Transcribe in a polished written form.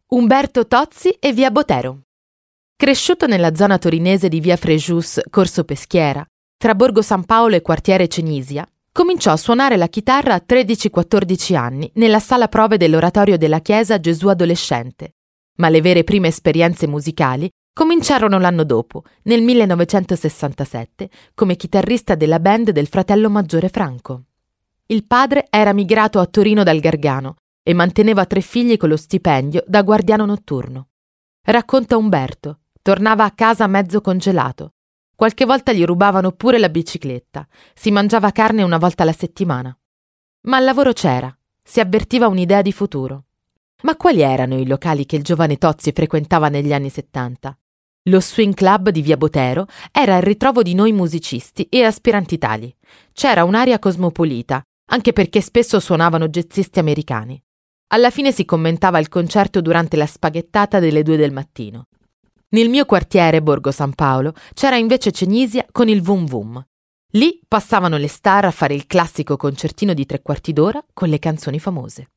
Umberto Tozzi e via Botero. Cresciuto nella zona torinese di via Frejus, Corso Peschiera, tra Borgo San Paolo e quartiere Cenisia, cominciò a suonare la chitarra a 13-14 anni nella sala prove dell'oratorio della chiesa Gesù Adolescente, ma le vere prime esperienze musicali cominciarono l'anno dopo, nel 1967, come chitarrista della band del fratello maggiore Franco. Il padre era migrato a Torino dal Gargano e manteneva 3 figli con lo stipendio da guardiano notturno. Racconta Umberto, tornava a casa mezzo congelato. Qualche volta gli rubavano pure la bicicletta, si mangiava carne una volta alla settimana. Ma il lavoro c'era, si avvertiva un'idea di futuro. Ma quali erano i locali che il giovane Tozzi frequentava negli anni 70? Lo Swing Club di via Botero era il ritrovo di noi musicisti e aspiranti tali. C'era un'aria cosmopolita, anche perché spesso suonavano jazzisti americani. Alla fine si commentava il concerto durante la spaghettata delle 2 del mattino. Nel mio quartiere, Borgo San Paolo, c'era invece Cenisia con il Vum Vum. Lì passavano le star a fare il classico concertino di 3/4 d'ora con le canzoni famose.